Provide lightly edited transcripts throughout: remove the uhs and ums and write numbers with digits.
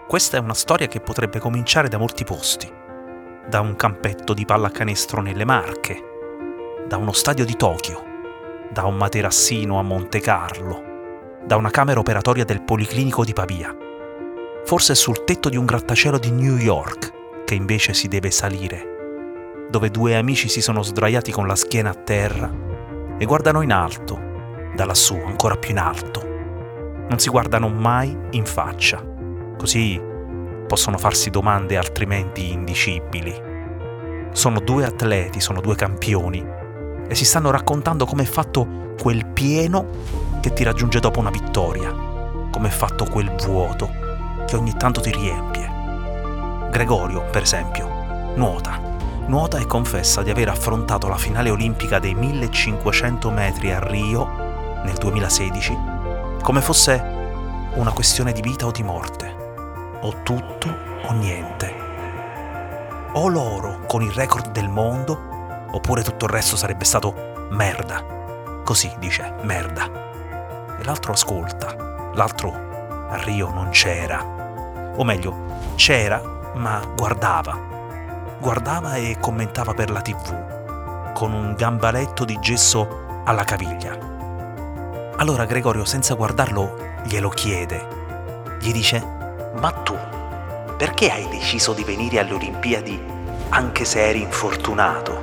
Questa è una storia che potrebbe cominciare da molti posti. Da un campetto di pallacanestro nelle Marche, da uno stadio di Tokyo, da un materassino a Monte Carlo, da una camera operatoria del Policlinico di Pavia. Forse sul tetto di un grattacielo di New York, che invece si deve salire, dove due amici si sono sdraiati con la schiena a terra e guardano in alto, da lassù ancora più in alto. Non si guardano mai in faccia, così possono farsi domande altrimenti indicibili. Sono due atleti, sono due campioni e si stanno raccontando come è fatto quel pieno che ti raggiunge dopo una vittoria, come è fatto quel vuoto che ogni tanto ti riempie. Gregorio, per esempio, nuota e confessa di aver affrontato la finale olimpica dei 1500 metri a Rio nel 2016 come fosse una questione di vita o di morte, o tutto o niente. O l'oro con il record del mondo, oppure tutto il resto sarebbe stato merda. Così dice, merda. E l'altro ascolta. L'altro a Rio non c'era. O meglio, c'era, ma guardava. Guardava e commentava per la TV, con un gambaletto di gesso alla caviglia. Allora Gregorio, senza guardarlo, glielo chiede. Gli dice: ma tu, perché hai deciso di venire alle Olimpiadi anche se eri infortunato?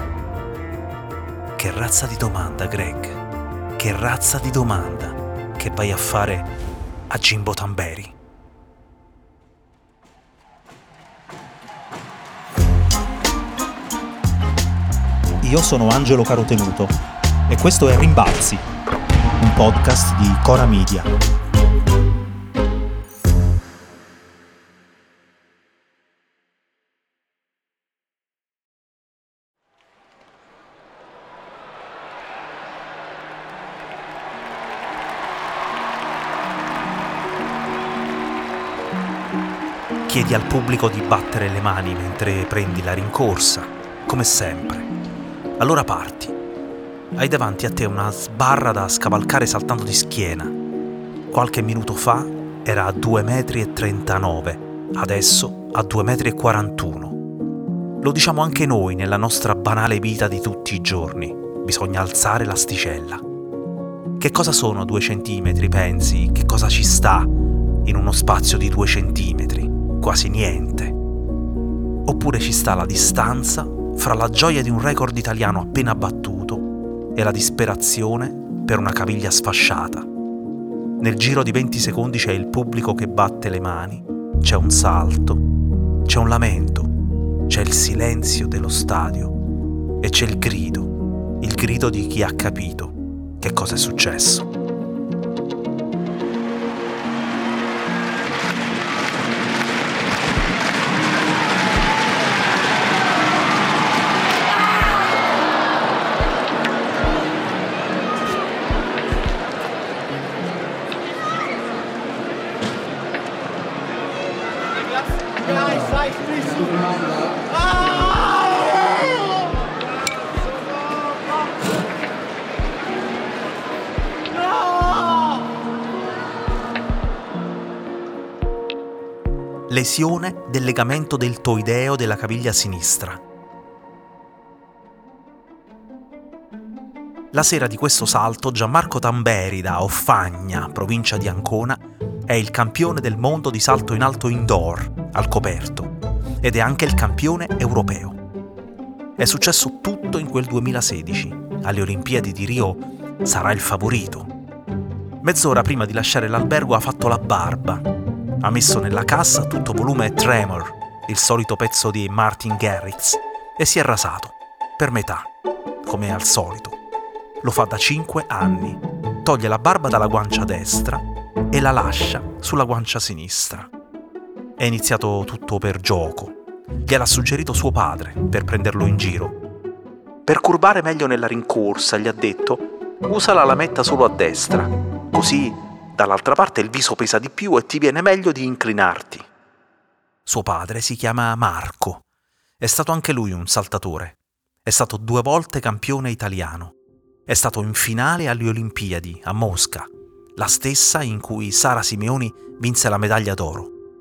Che razza di domanda, Greg? Che razza di domanda che vai a fare a Jimbo Tamberi? Io sono Angelo Carotenuto e questo è Rimbalzi, un podcast di Cora Media. Chiedi al pubblico di battere le mani mentre prendi la rincorsa, come sempre. Allora parti. Hai davanti a te una sbarra da scavalcare saltando di schiena. Qualche minuto fa era a 2,39 m, adesso a 2,41 m. Lo diciamo anche noi nella nostra banale vita di tutti i giorni. Bisogna alzare l'asticella. Che cosa sono 2 centimetri, pensi? Che cosa ci sta in uno spazio di 2 centimetri? Quasi niente. Oppure ci sta la distanza fra la gioia di un record italiano appena battuto e la disperazione per una caviglia sfasciata. Nel giro di 20 secondi c'è il pubblico che batte le mani, c'è un salto, c'è un lamento, c'è il silenzio dello stadio e c'è il grido di chi ha capito che cosa è successo. Lesione del legamento deltoideo della caviglia sinistra. La sera di questo salto Gianmarco Tamberi da Offagna, provincia di Ancona, è il campione del mondo di salto in alto indoor, al coperto, ed è anche il campione europeo. È successo tutto in quel 2016. Alle Olimpiadi di Rio sarà il favorito. Mezz'ora prima di lasciare l'albergo ha fatto la barba. Ha messo nella cassa tutto volume Tremor, il solito pezzo di Martin Garrix, e si è rasato, per metà, come al solito. Lo fa da 5 anni. Toglie la barba dalla guancia destra e la lascia sulla guancia sinistra. È iniziato tutto per gioco. Gliel'ha suggerito suo padre per prenderlo in giro. Per curbare meglio nella rincorsa, gli ha detto: usa la lametta solo a destra, così dall'altra parte il viso pesa di più e ti viene meglio di inclinarti. Suo padre si chiama Marco. È stato anche lui un saltatore. È stato 2 volte campione italiano. È stato in finale alle Olimpiadi a Mosca, la stessa in cui Sara Simeoni vinse la medaglia d'oro.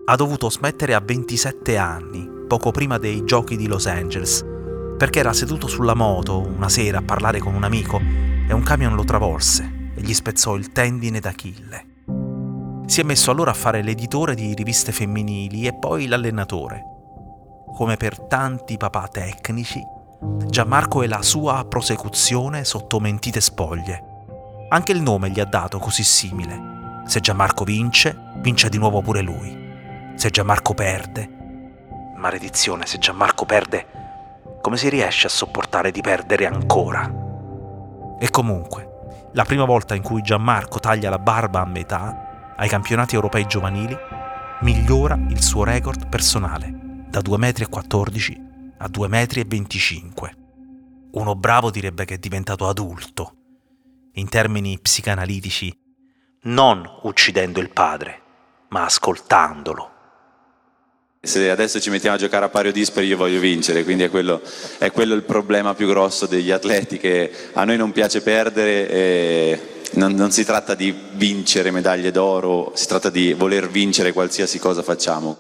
Ha dovuto smettere a 27 anni, poco prima dei giochi di Los Angeles, perché era seduto sulla moto una sera a parlare con un amico e un camion lo travolse e gli spezzò il tendine d'Achille. Si è messo allora a fare l'editore di riviste femminili e poi l'allenatore. Come per tanti papà tecnici, Gianmarco è la sua prosecuzione sotto mentite spoglie. Anche il nome gli ha dato così simile. Se Gianmarco vince, vince di nuovo pure lui. Se Gianmarco perde, maledizione, se Gianmarco perde, come si riesce a sopportare di perdere ancora? E comunque, la prima volta in cui Gianmarco taglia la barba a metà, ai campionati europei giovanili, migliora il suo record personale, da 2,14 m a 2,25 m. Uno bravo direbbe che è diventato adulto, in termini psicanalitici, non uccidendo il padre, ma ascoltandolo. Se adesso ci mettiamo a giocare a pari o dispari, io voglio vincere, quindi è quello il problema più grosso degli atleti, che a noi non piace perdere e non si tratta di vincere medaglie d'oro, si tratta di voler vincere qualsiasi cosa facciamo.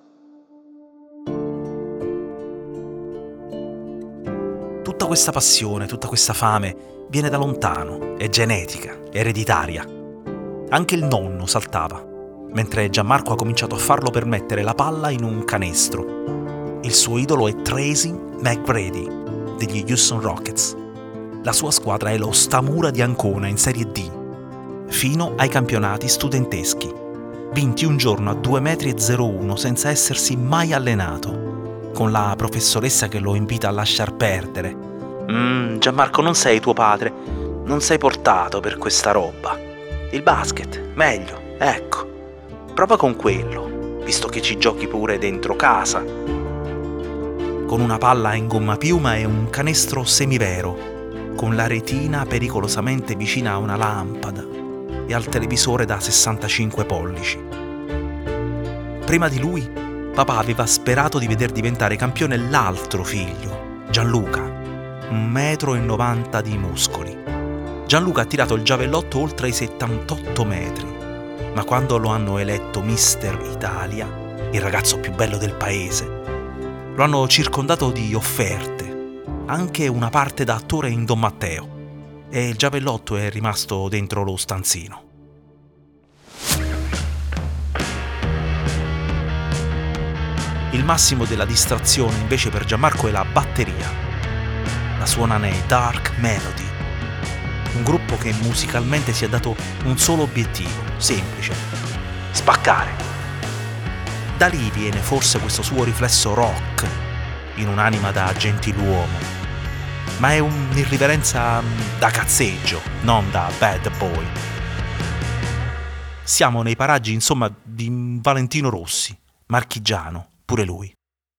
Tutta questa passione, tutta questa fame viene da lontano, è genetica, è ereditaria. Anche il nonno saltava, mentre Gianmarco ha cominciato a farlo per mettere la palla in un canestro. Il suo idolo è Tracy McGrady, degli Houston Rockets. La sua squadra è lo Stamura di Ancona in Serie D, fino ai campionati studenteschi, vinti un giorno a 2,01 m senza essersi mai allenato, con la professoressa che lo invita a lasciar perdere. Gianmarco, non sei tuo padre, non sei portato per questa roba. Il basket, meglio, ecco. Prova con quello, visto che ci giochi pure dentro casa. Con una palla in gomma piuma e un canestro semivero, con la retina pericolosamente vicina a una lampada e al televisore da 65 pollici. Prima di lui, papà aveva sperato di veder diventare campione l'altro figlio, Gianluca, 1,90 m di muscoli. Gianluca ha tirato il giavellotto oltre i 78 metri. Ma quando lo hanno eletto Mister Italia, il ragazzo più bello del paese, lo hanno circondato di offerte, anche una parte da attore in Don Matteo, e il giavellotto è rimasto dentro lo stanzino. Il massimo della distrazione invece per Gianmarco è la batteria. La suona nei Dark Melody, un gruppo che musicalmente si è dato un solo obiettivo, semplice: spaccare. Da lì viene forse questo suo riflesso rock, in un'anima da gentiluomo, ma è un'irriverenza da cazzeggio, non da bad boy. Siamo nei paraggi, insomma, di Valentino Rossi, marchigiano, pure lui.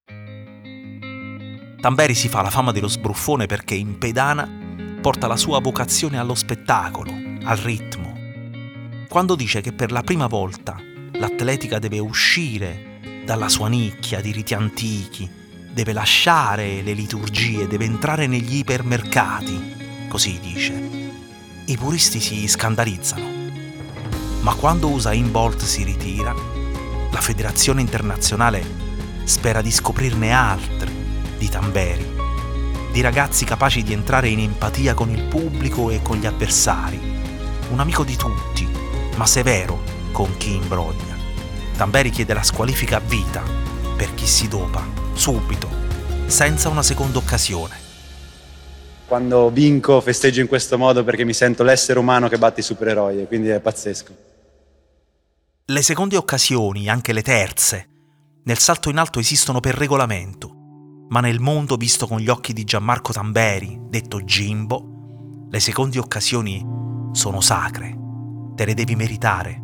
Tamberi si fa la fama dello sbruffone perché in pedana porta la sua vocazione allo spettacolo, al ritmo. Quando dice che per la prima volta l'atletica deve uscire dalla sua nicchia di riti antichi, deve lasciare le liturgie, deve entrare negli ipermercati, così dice, i puristi si scandalizzano. Ma quando Usain Bolt si ritira, la federazione internazionale spera di scoprirne altri di Tamberi, di ragazzi capaci di entrare in empatia con il pubblico e con gli avversari. Un amico di tutti, ma severo con chi imbroglia. Tamberi chiede la squalifica a vita per chi si dopa, subito, senza una seconda occasione. Quando vinco festeggio in questo modo perché mi sento l'essere umano che batte i supereroi, e quindi è pazzesco. Le seconde occasioni, anche le terze, nel salto in alto esistono per regolamento. Ma nel mondo visto con gli occhi di Gianmarco Tamberi, detto Jimbo, le seconde occasioni sono sacre, te le devi meritare.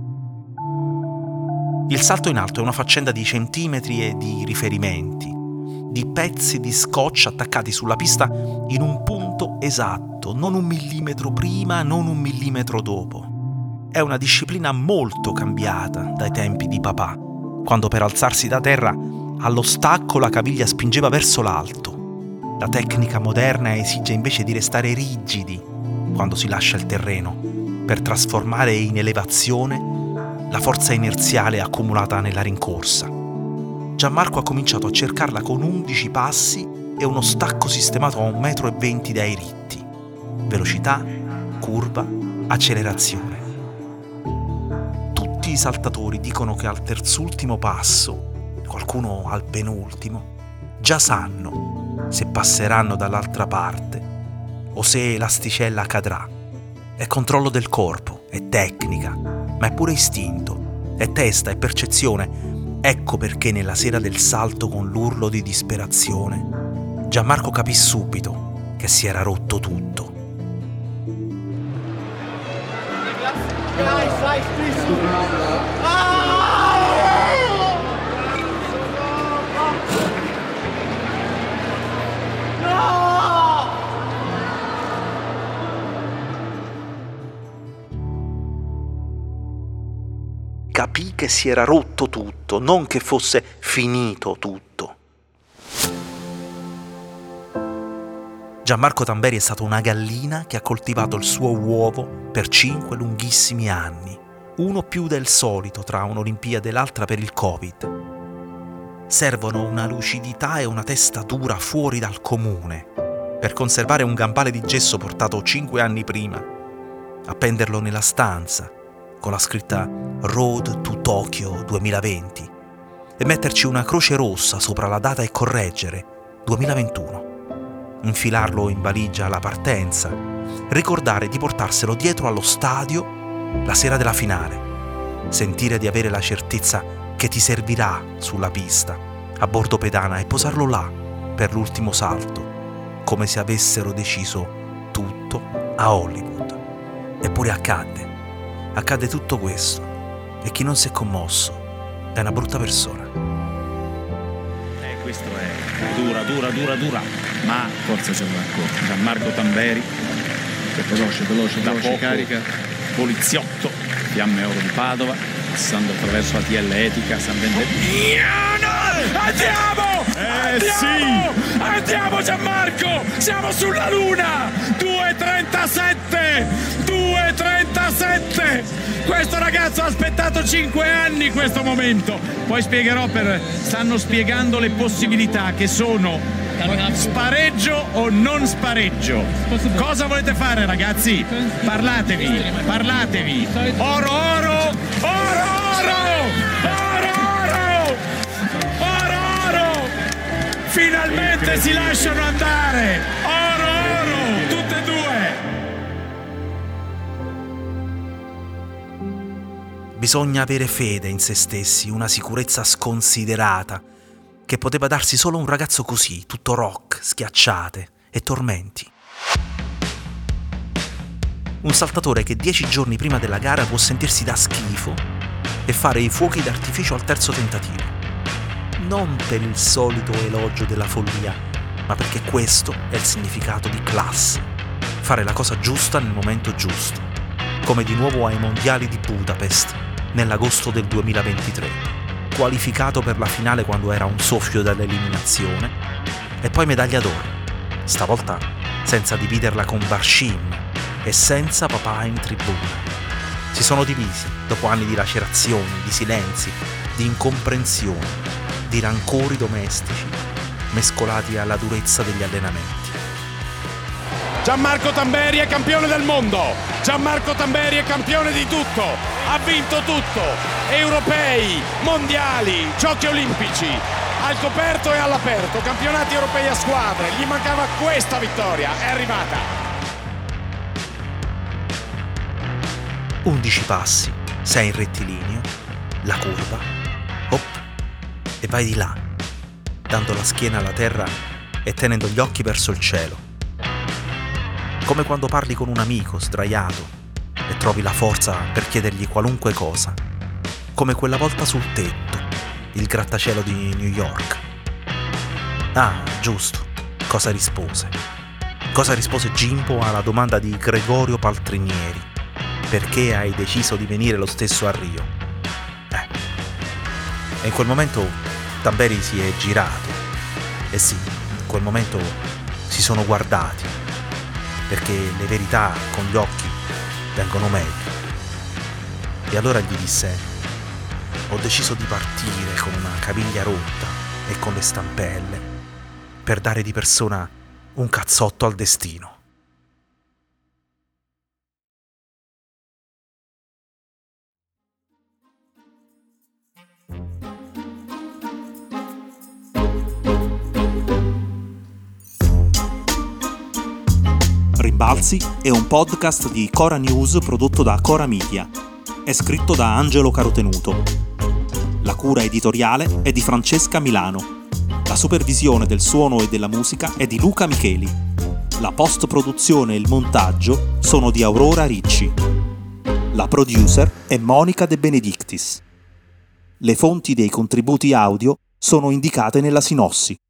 Il salto in alto è una faccenda di centimetri e di riferimenti, di pezzi di scotch attaccati sulla pista in un punto esatto, non 1 millimetro prima, non 1 millimetro dopo. È una disciplina molto cambiata dai tempi di papà, quando per alzarsi da terra allo stacco la caviglia spingeva verso l'alto. La tecnica moderna esige invece di restare rigidi quando si lascia il terreno, per trasformare in elevazione la forza inerziale accumulata nella rincorsa. Gianmarco ha cominciato a cercarla con 11 passi e uno stacco sistemato a 1,20 m dai ritti. Velocità, curva, accelerazione. Tutti i saltatori dicono che al terzultimo passo, qualcuno al penultimo, già sanno se passeranno dall'altra parte o se l'asticella cadrà. È controllo del corpo, è tecnica, ma è pure istinto, è testa, è percezione. Ecco perché nella sera del salto con l'urlo di disperazione, Gianmarco capì subito che si era rotto tutto. Capì che si era rotto tutto, non che fosse finito tutto. Gianmarco Tamberi è stato una gallina che ha coltivato il suo uovo per 5 lunghissimi anni, uno più del solito tra un'Olimpiade e l'altra per il Covid. Servono una lucidità e una testa dura fuori dal comune per conservare un gambale di gesso portato 5 anni prima, appenderlo nella stanza con la scritta Road to Tokyo 2020 e metterci una croce rossa sopra la data e correggere 2021. Infilarlo in valigia alla partenza, ricordare di portarselo dietro allo stadio la sera della finale, sentire di avere la certezza che ti servirà sulla pista, a bordo pedana, e posarlo là per l'ultimo salto, come se avessero deciso tutto a Hollywood. Eppure accadde tutto questo, e chi non si è commosso è una brutta persona. Questo è dura, ma forza c'è ancora. Gianmarco Tamberi, che veloce, da poco, carica, poliziotto, Fiamme Oro di Padova, passando attraverso la TL Etica, San Andiamo Gianmarco, siamo sulla luna, 2:37, questo ragazzo ha aspettato 5 anni questo momento. Poi spiegherò, stanno spiegando le possibilità, che sono spareggio o non spareggio. Cosa volete fare, ragazzi? Parlatevi. Oro! Finalmente si lasciano andare! Oro! Tutte e due! Bisogna avere fede in se stessi, una sicurezza sconsiderata, che poteva darsi solo un ragazzo così, tutto rock, schiacciate e tormenti. Un saltatore che 10 giorni prima della gara può sentirsi da schifo e fare i fuochi d'artificio al terzo tentativo. Non per il solito elogio della follia, ma perché questo è il significato di classe. Fare la cosa giusta nel momento giusto, come di nuovo ai mondiali di Budapest nell'agosto del 2023, qualificato per la finale quando era un soffio dall'eliminazione, e poi medaglia d'oro, stavolta senza dividerla con Barshim e senza papà in tribuna. Si sono divisi dopo anni di lacerazioni, di silenzi, di incomprensioni, di rancori domestici mescolati alla durezza degli allenamenti. Gianmarco Tamberi è campione del mondo, Gianmarco Tamberi è campione di tutto, ha vinto tutto, europei, mondiali, giochi olimpici, al coperto e all'aperto, campionati europei a squadre, gli mancava questa vittoria, è arrivata. 11 passi, 6 in rettilineo, la curva, hop, e vai di là, dando la schiena alla terra e tenendo gli occhi verso il cielo. Come quando parli con un amico sdraiato e trovi la forza per chiedergli qualunque cosa. Come quella volta sul tetto, il grattacielo di New York. Ah, giusto, cosa rispose? Cosa rispose Jimbo alla domanda di Gregorio Paltrinieri? Perché hai deciso di venire lo stesso a Rio? E in quel momento Tamberi si è girato. E sì, in quel momento si sono guardati, perché le verità con gli occhi vengono meglio. E allora gli disse: ho deciso di partire con una caviglia rotta e con le stampelle per dare di persona un cazzotto al destino. Rimbalzi è un podcast di Cora News prodotto da Cora Media. È scritto da Angelo Carotenuto. La cura editoriale è di Francesca Milano. La supervisione del suono e della musica è di Luca Micheli. La post-produzione e il montaggio sono di Aurora Ricci. La producer è Monica De Benedictis. Le fonti dei contributi audio sono indicate nella sinossi.